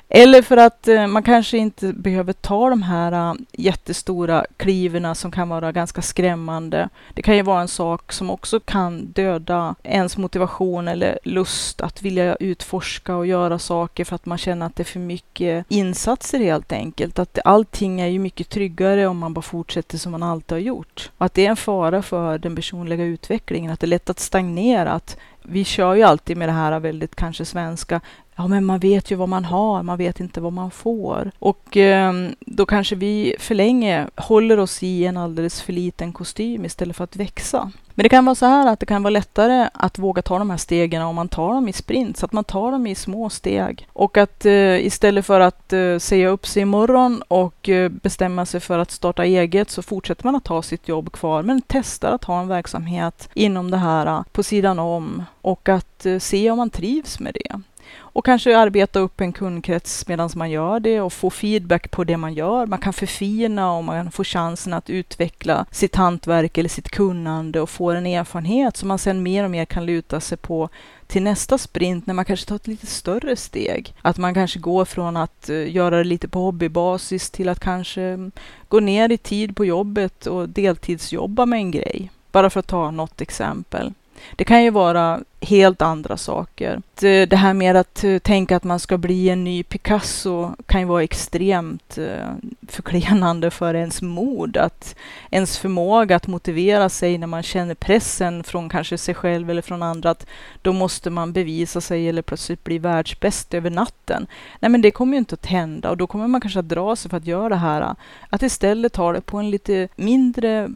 Eller för att eh, man kanske inte behöver ta de här uh, jättestora kliverna som kan vara ganska skrämmande. Det kan ju vara en sak som också kan döda ens motivation eller lust att vilja utforska och göra saker för att man känner att det är för mycket insatser helt enkelt. Att allting är ju mycket tryggare om man bara fortsätter som man alltid har gjort. Och att det är en fara för den personliga utvecklingen, att det är lätt att stagnera. Att vi kör ju alltid med det här väldigt kanske svenska. Ja, men man vet ju vad man har, man vet inte vad man får. Och eh, då kanske vi för länge håller oss i en alldeles för liten kostym istället för att växa. Men det kan vara så här att det kan vara lättare att våga ta de här stegen om man tar dem i sprint, så att man tar dem i små steg. Och att eh, istället för att eh, säga upp sig imorgon och eh, bestämma sig för att starta eget, så fortsätter man att ta sitt jobb kvar, men testar att ha en verksamhet inom det här eh, på sidan om och att eh, se om man trivs med det. Och kanske arbeta upp en kundkrets medan man gör det och få feedback på det man gör. Man kan förfina och man får chansen att utveckla sitt hantverk eller sitt kunnande och få en erfarenhet som man sen mer och mer kan luta sig på till nästa sprint när man kanske tar ett lite större steg. Att man kanske går från att uh, göra det lite på hobbybasis till att kanske gå ner i tid på jobbet och deltidsjobba med en grej. Bara för att ta något exempel. Det kan ju vara helt andra saker. Det här med att tänka att man ska bli en ny Picasso kan ju vara extremt förklenande för ens mod. Att ens förmåga att motivera sig när man känner pressen från kanske sig själv eller från andra, att då måste man bevisa sig eller plötsligt bli världsbäst över natten. Nej, men det kommer ju inte att hända och då kommer man kanske att dra sig för att göra det här. Att istället ta det på en lite mindre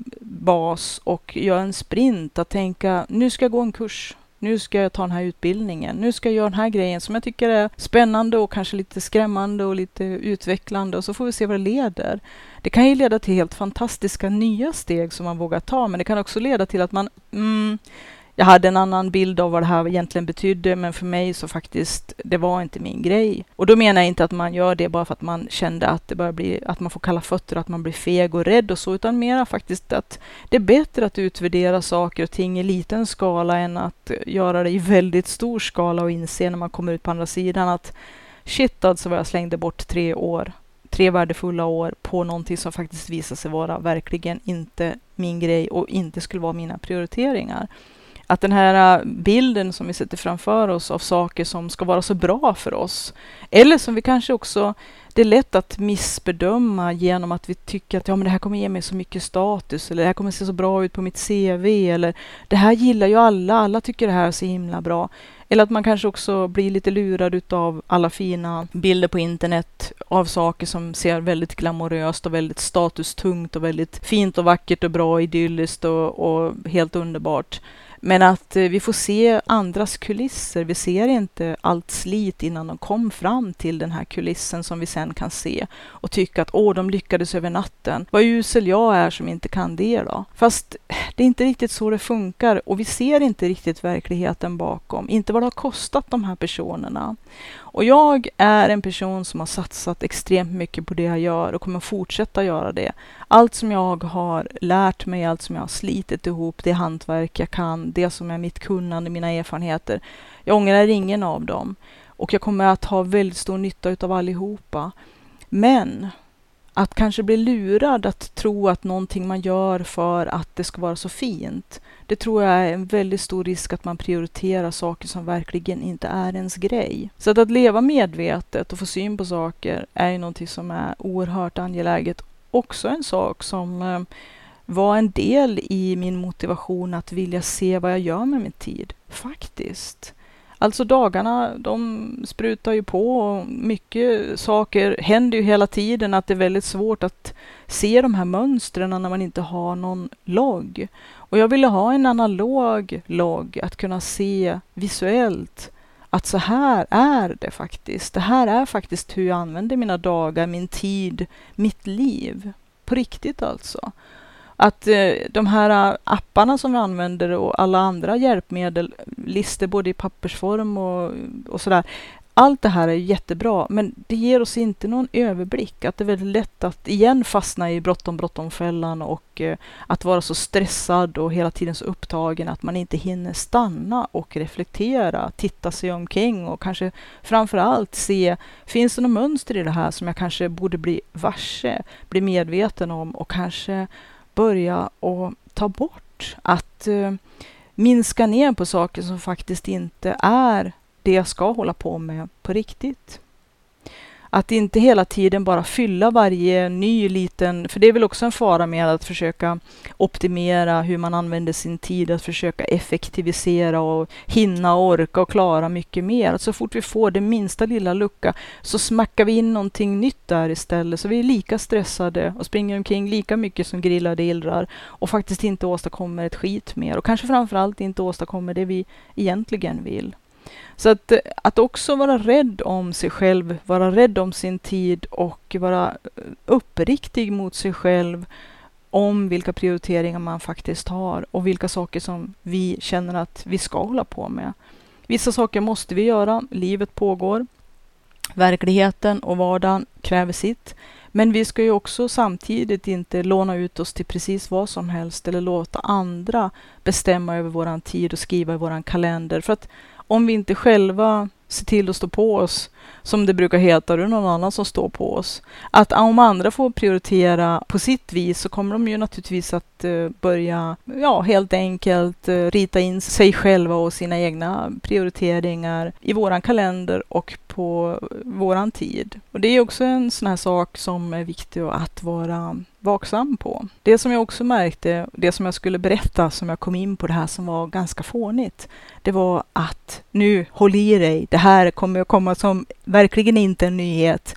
bas och göra en sprint. Att tänka, nu ska jag gå en kurs. Nu ska jag ta den här utbildningen. Nu ska jag göra den här grejen som jag tycker är spännande och kanske lite skrämmande och lite utvecklande. Och så får vi se vad det leder. Det kan ju leda till helt fantastiska nya steg som man vågar ta. Men det kan också leda till att man... Mm, jag hade en annan bild av vad det här egentligen betydde, men för mig så faktiskt, det var inte min grej. Och då menar jag inte att man gör det bara för att man kände att det börjar bli, att man får kalla fötter, att man blir feg och rädd och så, utan mera faktiskt att det är bättre att utvärdera saker och ting i liten skala än att göra det i väldigt stor skala och inse när man kommer ut på andra sidan att shit, alltså vad jag slängde bort tre år. Tre värdefulla år på någonting som faktiskt visar sig vara verkligen inte min grej och inte skulle vara mina prioriteringar. Att den här bilden som vi sätter framför oss av saker som ska vara så bra för oss, eller som vi kanske också, det är lätt att missbedöma genom att vi tycker att ja, men det här kommer ge mig så mycket status, eller det här kommer se så bra ut på mitt C V, eller det här gillar ju alla, alla tycker det här är så himla bra. Eller att man kanske också blir lite lurad utav alla fina bilder på internet av saker som ser väldigt glamoröst och väldigt statustungt och väldigt fint och vackert och bra, idylliskt och, och helt underbart. Men att eh, vi får se andras kulisser. Vi ser inte allt slit innan de kom fram till den här kulissen som vi sen kan se och tycka att åh, de lyckades över natten. Vad usel jag är som inte kan det då. Fast det är inte riktigt så det funkar och vi ser inte riktigt verkligheten bakom. Inte vad det har kostat de här personerna. Och jag är en person som har satsat extremt mycket på det jag gör och kommer fortsätta göra det. Allt som jag har lärt mig, allt som jag har slitit ihop, det hantverk jag kan, det som är mitt kunnande, mina erfarenheter. Jag ångrar ingen av dem. Och jag kommer att ha väldigt stor nytta utav allihopa. Men att kanske bli lurad att tro att någonting man gör för att det ska vara så fint. Det tror jag är en väldigt stor risk att man prioriterar saker som verkligen inte är ens grej. Så att, att leva medvetet och få syn på saker är ju någonting som är oerhört angeläget. Också en sak som eh, var en del i min motivation att vilja se vad jag gör med min tid. Faktiskt. Alltså dagarna, de sprutar ju på och mycket saker händer ju hela tiden, att det är väldigt svårt att se de här mönstren när man inte har någon logg. Och jag ville ha en analog logg, att kunna se visuellt att så här är det faktiskt. Det här är faktiskt hur jag använder mina dagar, min tid, mitt liv. På riktigt alltså. Att eh, de här apparna som vi använder och alla andra hjälpmedel, listor både i pappersform och, och sådär. allt det här är jättebra, men det ger oss inte någon överblick. Att det är väldigt lätt att igen fastna i bråttom, bråttom-fällan och eh, att vara så stressad och hela tiden så upptagen att man inte hinner stanna och reflektera, titta sig omkring och kanske framför allt se, finns det något mönster i det här som jag kanske borde bli varse, bli medveten om och kanske börja och ta bort. Att eh, minska ner på saker som faktiskt inte är det jag ska hålla på med på riktigt. Att inte hela tiden bara fylla varje ny liten, för det är väl också en fara med att försöka optimera hur man använder sin tid, att försöka effektivisera och hinna och orka och klara mycket mer. Att så fort vi får det minsta lilla lucka så smackar vi in någonting nytt där istället, så vi är lika stressade och springer omkring lika mycket som grillade illrar och faktiskt inte åstadkommer ett skit mer och kanske framförallt inte åstadkommer det vi egentligen vill. Så att, att också vara rädd om sig själv, vara rädd om sin tid och vara uppriktig mot sig själv om vilka prioriteringar man faktiskt har och vilka saker som vi känner att vi ska hålla på med. Vissa saker måste vi göra, livet pågår, verkligheten och vardagen kräver sitt. Men vi ska ju också samtidigt inte låna ut oss till precis vad som helst eller låta andra bestämma över våran tid och skriva i våran kalender. För att om vi inte själva ser till att stå på oss, som det brukar heta, det är någon annan som står på oss. Att om andra får prioritera på sitt vis så kommer de ju naturligtvis att uh, börja, ja, helt enkelt uh, rita in sig själva och sina egna prioriteringar i våran kalender och på våran tid. Och det är också en sån här sak som är viktig att vara vaksam på. Det som jag också märkte, det som jag skulle berätta som jag kom in på det här som var ganska fånigt, det var att nu, håll i dig, det här kommer att komma som verkligen inte en nyhet.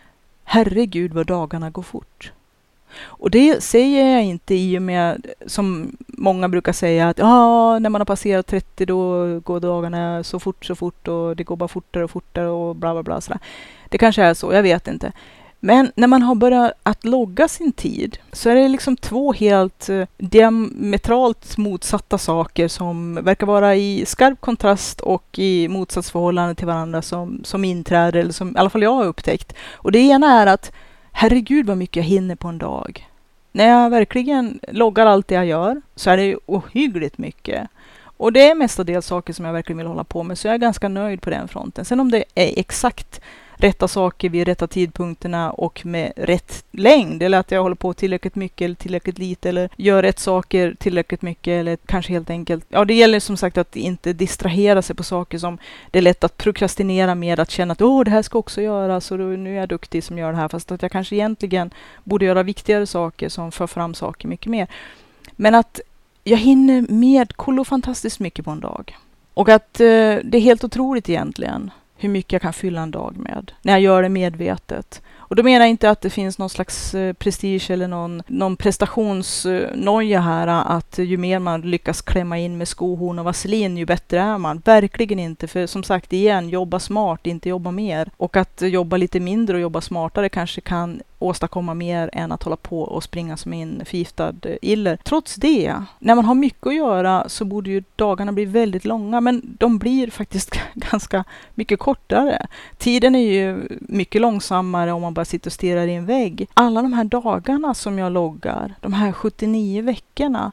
Herregud vad dagarna går fort. Och det säger jag inte i och med, som många brukar säga, att ja, när man har passerat trettio då går dagarna så fort, så fort och det går bara fortare och fortare och bla bla bla. Sådär. Det kanske är så, jag vet inte. Men när man har börjat att logga sin tid så är det liksom två helt eh, diametralt motsatta saker som verkar vara i skarp kontrast och i motsatsförhållande till varandra som, som inträder, eller som i alla fall jag har upptäckt. Och det ena är att herregud vad mycket jag hinner på en dag. När jag verkligen loggar allt det jag gör så är det ju ohyggligt mycket. Och det är mestadels saker som jag verkligen vill hålla på med, så jag är ganska nöjd på den fronten. Sen om det är exakt rätta saker vid rätta tidpunkterna och med rätt längd, eller att jag håller på tillräckligt mycket eller tillräckligt lite, eller gör rätt saker tillräckligt mycket, eller kanske helt enkelt, ja, det gäller som sagt att inte distrahera sig på saker som det är lätt att prokrastinera med, att känna att åh, det här ska också göras och då, nu är jag duktig som gör det här, fast att jag kanske egentligen borde göra viktigare saker som för fram saker mycket mer. Men att jag hinner med kolofantastiskt mycket på en dag. Och att eh, det är helt otroligt egentligen hur mycket jag kan fylla en dag med när jag gör det medvetet. Och då menar jag inte att det finns någon slags eh, prestige eller någon, någon prestationsnoja här, att ju mer man lyckas klämma in med skohorn och vaselin, ju bättre är man. Verkligen inte, för som sagt igen, jobba smart, inte jobba mer. Och att jobba lite mindre och jobba smartare kanske kan åstadkomma mer än att hålla på och springa som en förgiftad iller. Trots det, när man har mycket att göra så borde ju dagarna bli väldigt långa, men de blir faktiskt ganska mycket kortare. Tiden är ju mycket långsammare om man bara sitter och stirrar i en vägg. Alla de här dagarna som jag loggar, de här sjuttionio veckorna,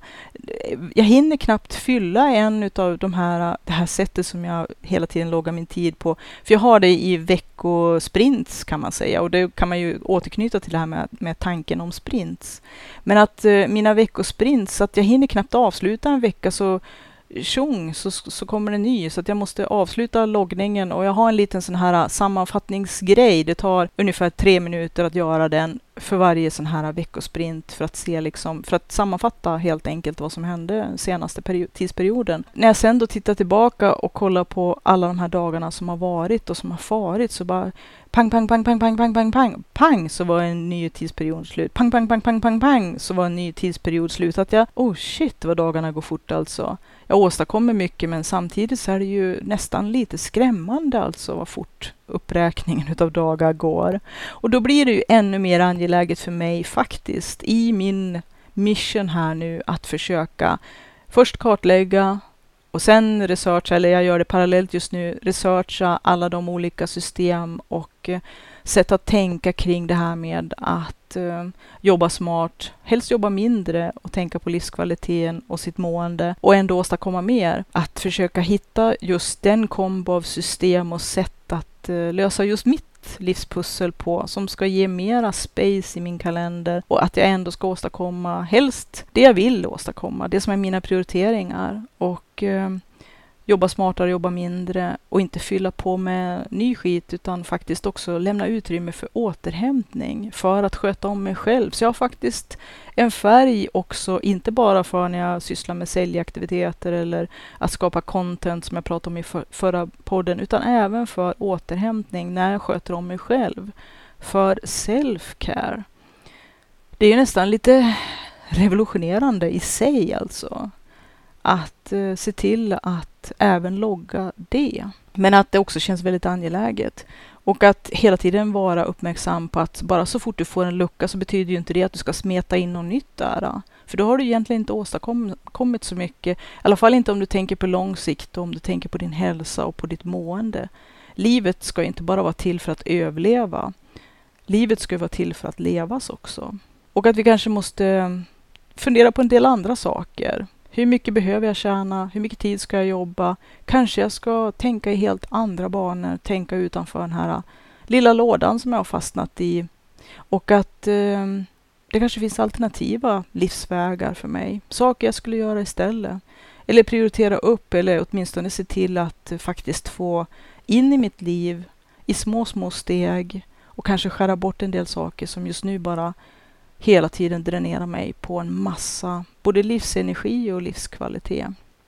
jag hinner knappt fylla en av de här, det här sättet som jag hela tiden loggar min tid på. För jag har det i veckosprints kan man säga, och det kan man ju återknyta till det här med, med tanken om sprints. Men att eh, mina veckosprints, att jag hinner knappt avsluta en vecka så tjong, så, så kommer det ny, så att jag måste avsluta loggningen, och jag har en liten sån här sammanfattningsgrej. Det tar ungefär tre minuter att göra den för varje sån här veckosprint för att se liksom, för att sammanfatta helt enkelt vad som hände den senaste peri- tidsperioden. När jag sen då tittar tillbaka och kollar på alla de här dagarna som har varit och som har farit, så bara pang, pang, pang, pang, pang, pang, pang, pang, pang, så var en ny tidsperiod slut. Pang, pang, pang, pang, pang, pang, så var en ny tidsperiod slut. Att jag, oh shit vad dagarna går fort alltså. Jag åstadkommer mycket, men samtidigt så är det ju nästan lite skrämmande alltså vad fort uppräkningen utav dagar går. Och då blir det ju ännu mer angeläget för mig faktiskt i min mission här nu att försöka först kartlägga Och sen researcha, eller jag gör det parallellt just nu, researcha alla de olika system och eh, sätt att tänka kring det här med att eh, jobba smart, helst jobba mindre och tänka på livskvaliteten och sitt mående och ändå åstadkomma mer. Att försöka hitta just den kombo av system och sätt att eh, lösa just mitt livspussel på som ska ge mera space i min kalender och att jag ändå ska åstadkomma helst det jag vill åstadkomma, det som är mina prioriteringar och eh, jobba smartare, jobba mindre och inte fylla på med ny skit utan faktiskt också lämna utrymme för återhämtning för att sköta om mig själv. Så jag har faktiskt en färg också, inte bara för när jag sysslar med säljaktiviteter eller att skapa content som jag pratade om i för, förra podden, utan även för återhämtning när jag sköter om mig själv. För self-care. Det är ju nästan lite revolutionerande i sig alltså. Att eh, se till att även logga det. Men att det också känns väldigt angeläget. Och att hela tiden vara uppmärksam på att bara så fort du får en lucka så betyder ju inte det att du ska smeta in något nytt där. För då har du egentligen inte åstadkommit så mycket. I alla fall inte om du tänker på lång sikt och om du tänker på din hälsa och på ditt mående. Livet ska inte bara vara till för att överleva. Livet ska vara till för att levas också. Och att vi kanske måste fundera på en del andra saker. Hur mycket behöver jag tjäna? Hur mycket tid ska jag jobba? Kanske jag ska tänka i helt andra banor. Tänka utanför den här lilla lådan som jag har fastnat i. Och att eh, det kanske finns alternativa livsvägar för mig. Saker jag skulle göra istället. Eller prioritera upp eller åtminstone se till att faktiskt få in i mitt liv i små, små steg. Och kanske skära bort en del saker som just nu bara hela tiden dränerar mig på en massa både livsenergi och livskvalitet.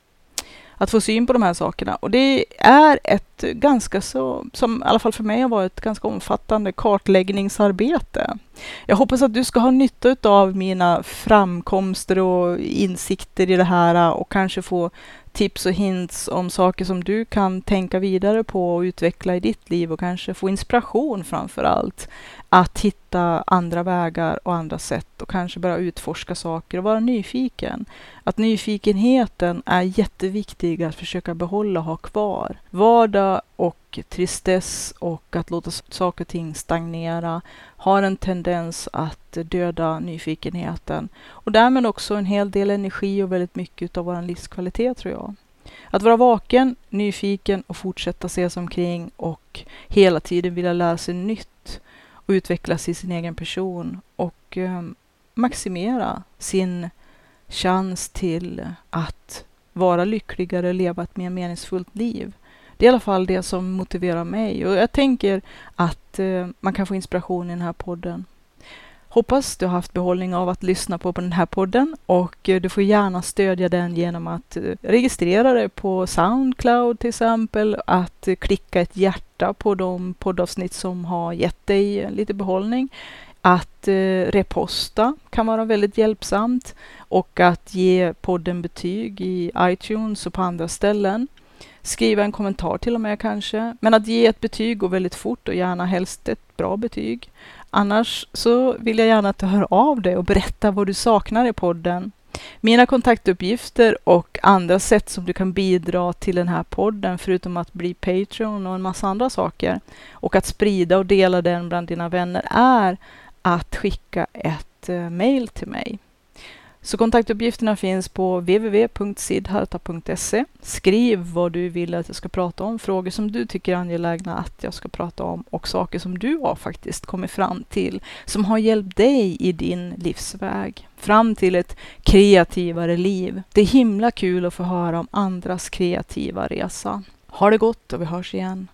Att få syn på de här sakerna. Och det är ett ganska så, som i alla fall för mig har varit ett ganska omfattande kartläggningsarbete. Jag hoppas att du ska ha nytta av mina framkomster och insikter i det här och kanske få tips och hints om saker som du kan tänka vidare på och utveckla i ditt liv och kanske få inspiration framför allt att hitta andra vägar och andra sätt och kanske börja utforska saker och vara nyfiken. Att nyfikenheten är jätteviktig att försöka behålla och ha kvar. Vardag och tristess och att låta saker och ting stagnera har en tendens att döda nyfikenheten. Och därmed också en hel del energi och väldigt mycket av vår livskvalitet tror jag. Att vara vaken, nyfiken och fortsätta se sig omkring och hela tiden vilja lära sig nytt och utvecklas i sin egen person och eh, maximera sin chans till att vara lyckligare och leva ett mer meningsfullt liv. Det är i alla fall det som motiverar mig och jag tänker att eh, man kan få inspiration i den här podden. Hoppas du har haft behållning av att lyssna på, på den här podden och eh, du får gärna stödja den genom att eh, registrera dig på SoundCloud till exempel, att eh, klicka ett hjärta på de poddavsnitt som har gett dig lite behållning. Att eh, reposta kan vara väldigt hjälpsamt och att ge podden betyg i iTunes och på andra ställen. Skriva en kommentar till och med kanske. Men att ge ett betyg går väldigt fort och gärna helst ett bra betyg. Annars så vill jag gärna att du hör av dig och berätta vad du saknar i podden. Mina kontaktuppgifter och andra sätt som du kan bidra till den här podden förutom att bli Patreon och en massa andra saker och att sprida och dela den bland dina vänner är att skicka ett uh, mail till mig. Så kontaktuppgifterna finns på w w w punkt siddharta punkt se. Skriv vad du vill att jag ska prata om, frågor som du tycker är angelägna att jag ska prata om och saker som du har faktiskt kommit fram till som har hjälpt dig i din livsväg fram till ett kreativare liv. Det är himla kul att få höra om andras kreativa resa. Ha det gott och vi hörs igen.